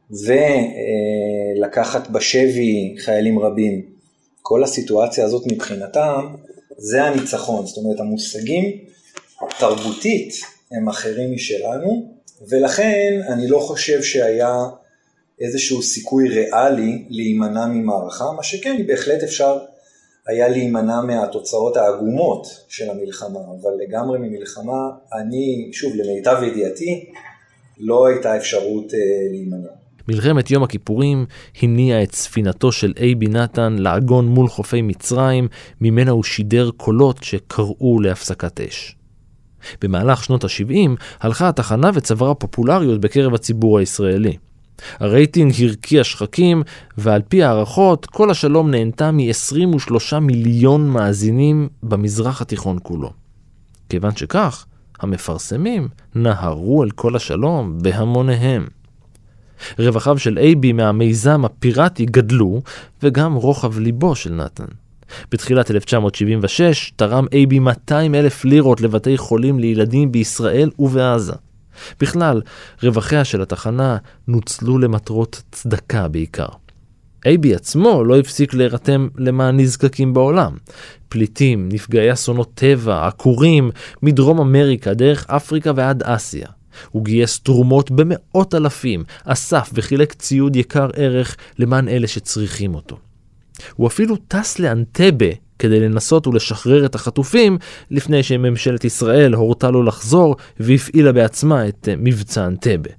ולקחת בשבי חיילים רבים. כל הסיטואציה הזאת מבחינתם זה הניצחון. זאת אומרת, המושגים תרבותית הם אחרים משלנו, ולכן אני לא חושב שהיה איזשהו סיכוי ריאלי להימנע ממערכה, מה שכן בהחלט אפשר היה להימנע מהתוצאות העגומות של המלחמה, אבל לגמרי ממלחמה, אני, שוב, למיטב ידיעתי, לא הייתה אפשרות להימנע. מלחמת יום הכיפורים הניעה את ספינתו של אייבי נתן לעגון מול חופי מצרים, ממנה הוא שידר קולות שקראו להפסקת אש. במהלך שנות ה-70 הלכה התחנה וצברה פופולריות בקרב הציבור הישראלי. הרייטינג הרקיע שחקים, ועל פי הערכות, כל השלום נהנתה מ-23 מיליון מאזינים במזרח התיכון כולו. כיוון שכך, המפרסמים נהרו אל כל השלום בהמוניהם. רווחיו של אייבי מהמיזם הפיראטי גדלו, וגם רוחב ליבו של נתן. בתחילת 1976 תרם אייבי 200,000 לירות לבתי חולים לילדים בישראל ובעזה. בכלל, רווחיה של התחנה נוצלו למטרות צדקה בעיקר. אייבי עצמו לא הפסיק להירתם למען נזקקים בעולם. פליטים, נפגעי אסונות טבע, עקורים, מדרום אמריקה, דרך אפריקה ועד אסיה. הוא גייס תרומות במאות אלפים, אסף וחילק ציוד יקר ערך למען אלה שצריכים אותו. הוא אפילו טס לאנטבה כדי לנסות ולשחרר את החטופים, לפני שממשלת ישראל הורתה לו לחזור והפעילה בעצמה את מבצע אנטבה.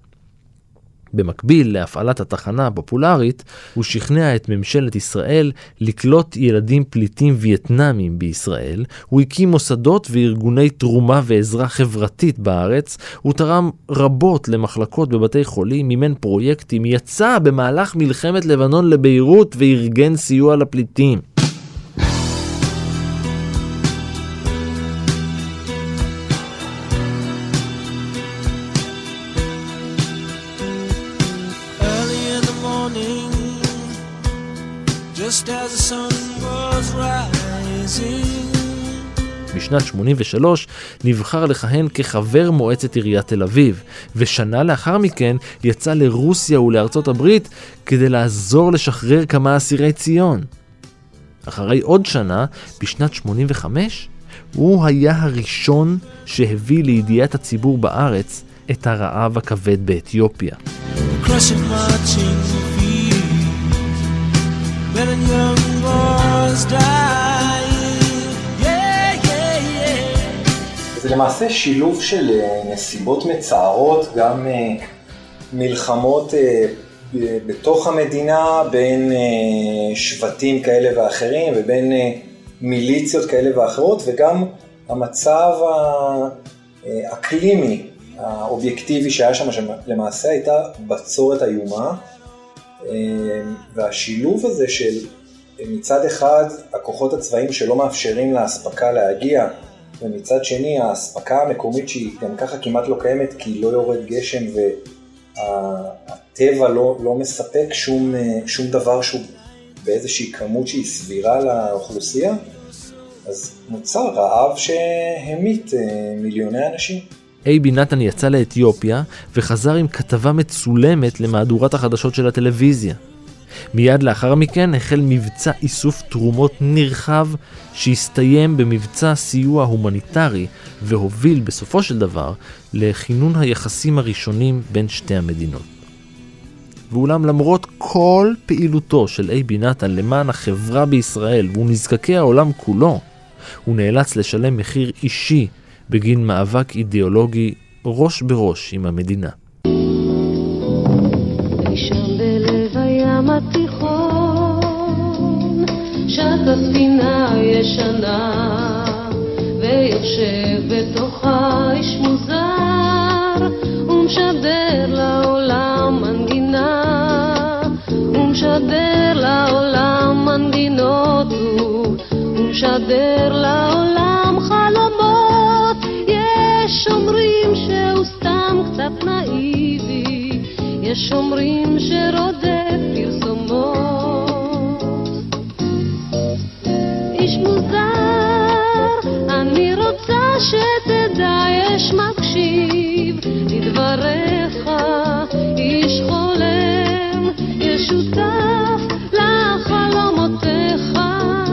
במקביל להפעלת התחנה הפופולרית, הוא שכנע את ממשלת ישראל לקלוט ילדים פליטים וייטנאמים בישראל, הוא הקים מוסדות וארגוני תרומה ועזרה חברתית בארץ, הוא תרם רבות למחלקות בבתי חולים, מימן פרויקטים, יצא במהלך מלחמת לבנון לביירות וארגן סיוע לפליטים. בשנת 83 נבחר לכהן כחבר מועצת עיריית תל אביב, ושנה לאחר מכן יצא לרוסיה ולארצות הברית כדי לעזור לשחרר כמה אסירי ציון. אחרי עוד שנה, בשנת 85, הוא היה הראשון שהביא לידיעת הציבור בארץ את הרעב הכבד באתיופיה. זה למעשה שילוב של נסיבות מצערות, גם מלחמות בתוך המדינה בין שבטים כאלה ואחרים ובין מיליציות כאלה ואחרות, וגם המצב האקלימי האובייקטיבי שהיה שם, שלמעשה הייתה בצורת איומה, והשילוב הזה של מצד אחד הכוחות הצבאיים שלא מאפשרים להספקה להגיע, ומצד שני ההספקה המקומית שהיא גם ככה כמעט לא קיימת כי לא יורד גשם והטבע לא מספק שום דבר שהוא באיזושהי כמות שהיא סבירה לאוכלוסייה, אז נוצר רעב שהמית מיליוני אנשים. אייבי נתן יצא לאתיופיה וחזר עם כתבה מצולמת למהדורת החדשות של הטלוויזיה. מיד לאחר מכן החל מבצע איסוף תרומות נרחב שהסתיים במבצע סיוע הומניטרי והוביל בסופו של דבר לכינון היחסים הראשונים בין שתי המדינות. ואולם למרות כל פעילותו של אייבי נתן למען החברה בישראל ונזקקי העולם כולו, הוא נאלץ לשלם מחיר אישי בגין מאבק אידיאולוגי ראש בראש עם המדינה. שם בלב הים התיכון שט הספינה ישנה ויושב בתוכה איש מוזר ומשדר לעולם מנגינה ומשדר לעולם מנגינות ומשדר לעולם חלומות. יש אומרים שהוא סתם קצת נאיבי, יש אומרים שרודף פרסומות. איש מוזר, אני רוצה שתדע, יש מקשיב לדבריך, איש חולם, יש שותף לחלומותיך.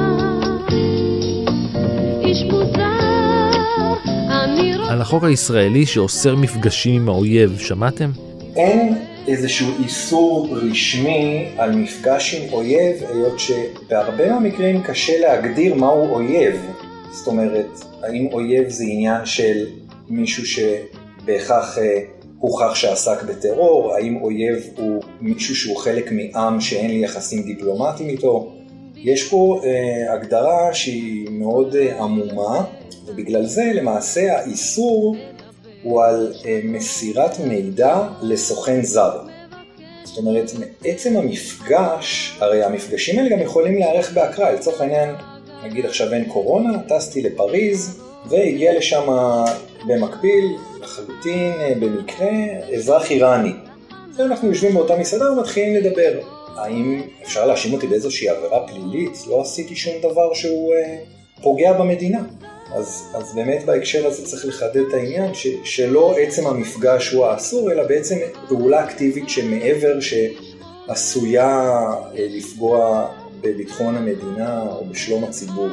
איש מוזר, אני רוצה... על החוק הישראלי שאוסר מפגשים עם האויב, שמעתם? אין איזשהו איסור רשמי על מפגש עם אויב, היות שבהרבה מהמקרים קשה להגדיר מהו אויב. זאת אומרת, האם אויב זה עניין של מישהו שבהכרח הוכח שעסק בטרור, האם אויב הוא מישהו שהוא חלק מעם שאין לי יחסים דיפלומטיים איתו. יש פה הגדרה שהיא מאוד עמומה, ובגלל זה למעשה האיסור הוא על מסירת מידע לסוכן זר. זאת אומרת, מעצם המפגש, הרי המפגשים האלה גם יכולים להיערך באקראי. לצורך העניין, נגיד עכשיו אין קורונה, טסתי לפריז והגיע לשם במקביל, לחלוטין במקרה, אזרח איראני. ואנחנו יושבים באותה מסעדה ומתחילים לדבר. האם אפשר להאשים אותי באיזושהי עבירה פלילית? לא עשיתי שום דבר שהוא פוגע במדינה. אז באמת בהקשר הזה צריך לחדד את העניין שלא עצם המפגש הוא האסור, אלא בעצם פעולה אקטיבית שמעבר שעשויה לפגוע בביטחון המדינה או בשלום הציבור.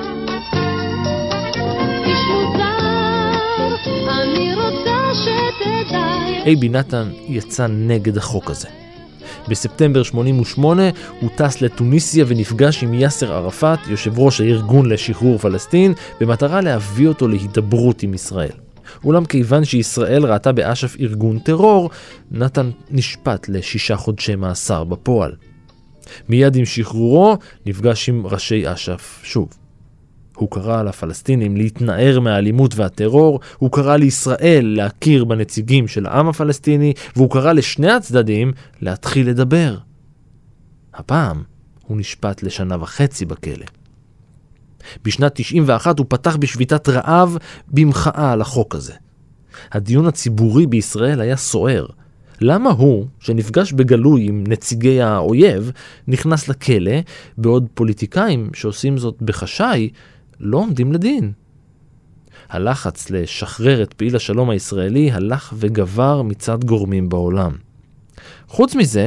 אייבי נתן יצא נגד החוק הזה. בספטמבר 88 הוא טס לטוניסיה ונפגש עם יאסר ערפאת, יושב ראש הארגון לשחרור פלסטין, במטרה להביא אותו להידברות עם ישראל. אולם כיוון שישראל ראתה באש"ף ארגון טרור, נתן נשפט ל6 חודשי מאסר בפועל. מיד עם שחרורו נפגש עם ראשי אש"ף שוב. הוא קרא לפלסטינים להתנער מהאלימות והטרור, הוא קרא לישראל להכיר בנציגים של העם הפלסטיני, והוא קרא לשני הצדדים להתחיל לדבר. הפעם הוא נשפט ל1.5 שנה בכלא. בשנת 91 הוא פתח בשביתת רעב במחאה על החוק הזה. הדיון הציבורי בישראל היה סוער. למה הוא, שנפגש בגלוי עם נציגי האויב, נכנס לכלא, בעוד פוליטיקאים שעושים זאת בחשאי, לא עומדים לדין? הלחץ לשחרר את פעיל השלום הישראלי הלך וגבר מצד גורמים בעולם. חוץ מזה,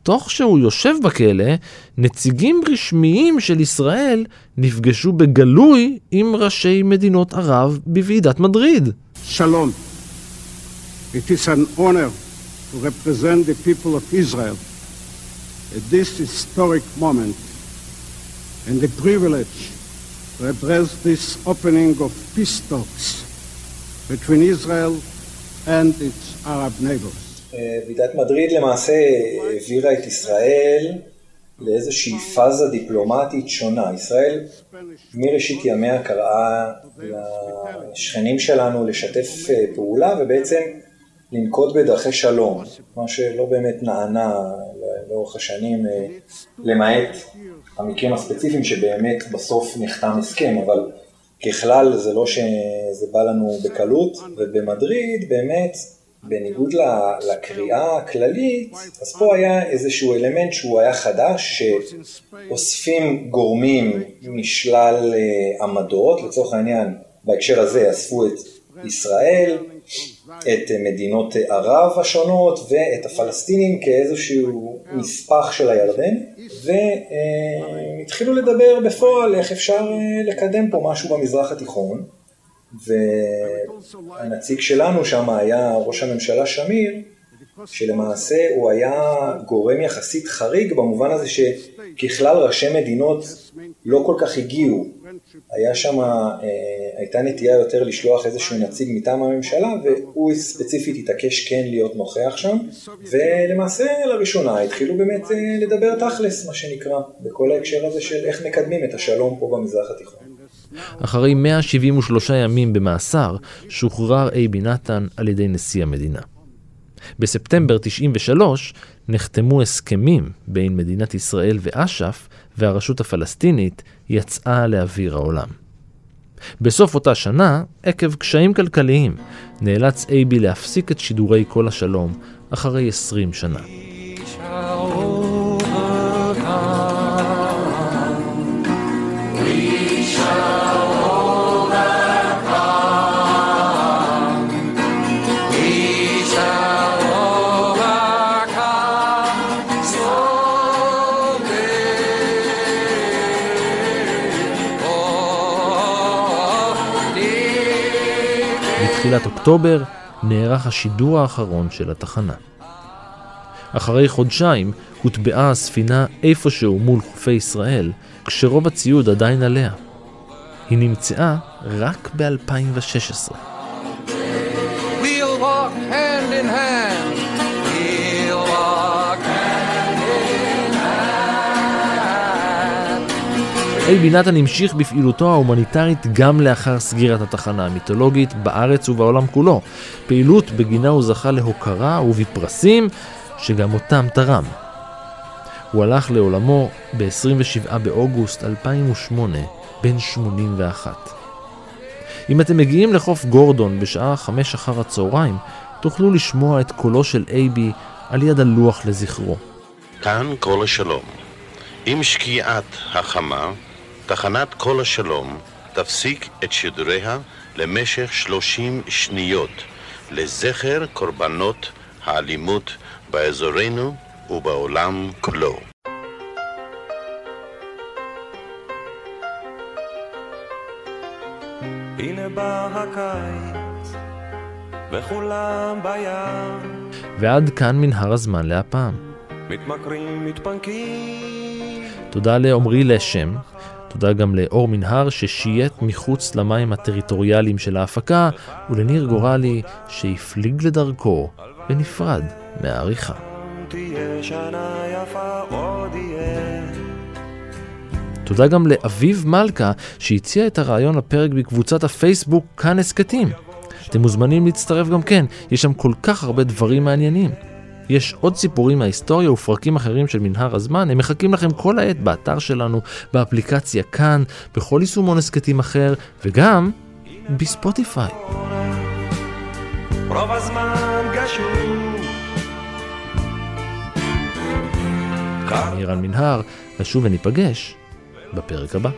תוך שהוא יושב בכלא, נציגים רשמיים של ישראל נפגשו בגלוי עם ראשי מדינות ערב בוועידת מדריד. שלום. It is an honor to represent the people of Israel at this historic moment and the privilege to address this opening of peace talks between Israel and its Arab neighbors. ועידת מדריד למעשה העבירה את ישראל לאיזושהי פאזה דיפלומטית שונה. ישראל מראשית ימיה קראה לשכנים שלנו לשתף פעולה ובעצם לנקוט בדרכי שלום, מה שלא באמת נענה לאורך השנים, למעט המקרים הספציפיים שבאמת בסוף נחתם הסכם, אבל ככלל זה לא שזה בא לנו בקלות, ובמדריד באמת, בניגוד לקריאה הכללית, אז פה היה איזשהו אלמנט שהוא היה חדש, שאוספים גורמים משלל עמדות, לצורך העניין בהקשר הזה אספו את ישראל, את מדינות ערב השונות ואת הפלסטינים כאיזשהו נספח של הירדן, והתחילו לדבר בפועל איך אפשר לקדם פה משהו במזרח התיכון, והנציג שלנו שם היה ראש הממשלה שמיר, שלמעשה הוא היה גורם יחסית חריג במובן הזה שככלל ראשי מדינות לא כל כך הגיעו. היה שם, הייתה נטייה יותר לשלוח איזשהו נציג מטעם הממשלה, והוא ספציפית התעקש כן להיות נוכח שם, ולמעשה לראשונה התחילו באמת לדבר תכלס, מה שנקרא, בכל ההקשר הזה של איך מקדמים את השלום פה במזרח התיכון. אחרי 173 ימים במאסר, שוחרר אייבי נתן על ידי נשיא המדינה. בספטמבר 93 נחתמו הסכמים בין מדינת ישראל ואש"ף, והרשות הפלסטינית יצאה לאוויר העולם. בסוף אותה שנה, עקב קשיים כלכליים, נאלץ אייבי להפסיק את שידורי כל השלום אחרי 20 שנה. בתחילת אוקטובר נערך השידור האחרון של התחנה. אחרי חודשיים הוטבעה הספינה איפשהו מול חופי ישראל, כשרוב הציוד עדיין עליה. היא נמצאה רק ב-2016. We'll walk hand in hand. We'll walk hand in hand. אייבי נתן המשיך בפעילותו ההומניטרית גם לאחר סגירת התחנה המיתולוגית בארץ ובעולם כולו. פעילות בגינה הוא זכה להוקרה ובפרסים שגם אותם תרם. הוא הלך לעולמו ב-27 באוגוסט 2008, בן 81. אם אתם מגיעים לחוף גורדון בשעה 5 אחר הצהריים, תוכלו לשמוע את קולו של אייבי על יד הלוח לזכרו. כאן כל השלום. עם שקיעת החמה, תחנת כל השלום תפסיק את שידוריה למשך 30 שניות לזכר קורבנות האלימות באזורנו ובעולם כולו. הנה בא הקיץ וכולם בים, ועד כאן מנהר הזמן להפעם. מתמכרים, מתפנקים. תודה לעומרי לשם, תודה גם לאור מנהר ששייט מחוץ למים הטריטוריאליים של ההפקה, ולניר גורלי שהפליג לדרכו ונפרד מהעריכה. תהיה שנה יפה עוד יהיה. תודה גם לאביב מלכה שהציע את הרעיון לפרק בקבוצת הפייסבוק כאן הסקטים. אתם מוזמנים להצטרף גם כן, יש שם כל כך הרבה דברים מעניינים. יש עוד סיפורים מההיסטוריה ופרקים אחרים של מנהר הזמן, הם מחכים לכם כל העת באתר שלנו, באפליקציה כאן, בכל יישומון הסקטים אחר, וגם בספוטיפיי. רוב הזמן גשום. אני רן מנהר, נשוב וניפגש בפרק הבא.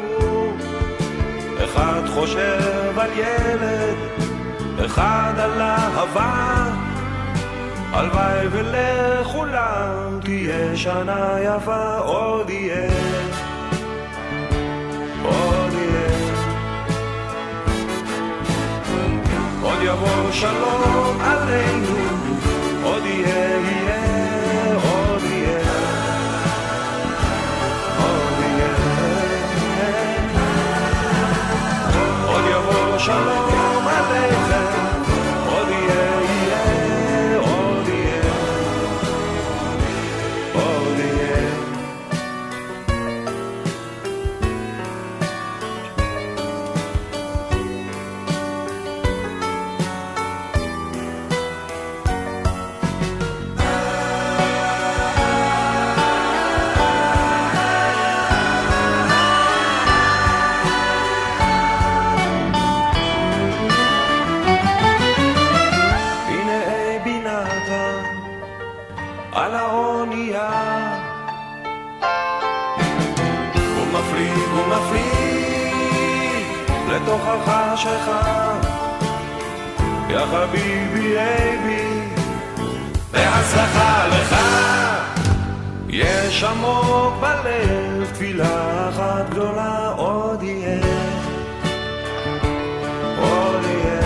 אחד חושב על ילד, אחד על אהבה, הלוואי ולכולם תהיה שנה יפה, עוד יהיה, עוד יהיה. עוד יבוא שלום עלינו, עוד יהיה, יהיה, עוד יהיה, עוד יהיה. עוד יבוא שלום עליכם, עוד יהיה, יהיה, עוד יהיה, עוד יהיה. על האונייה הוא מפליג לתוך החשכה, יא חביבי אייבי בהצלחה לך. יש עמוק בלב תפילה אחת גדולה, עוד יהיה, עוד יהיה.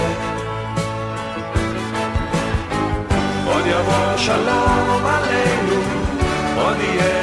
עוד יבוא שלום עלינו, עוד יהיה,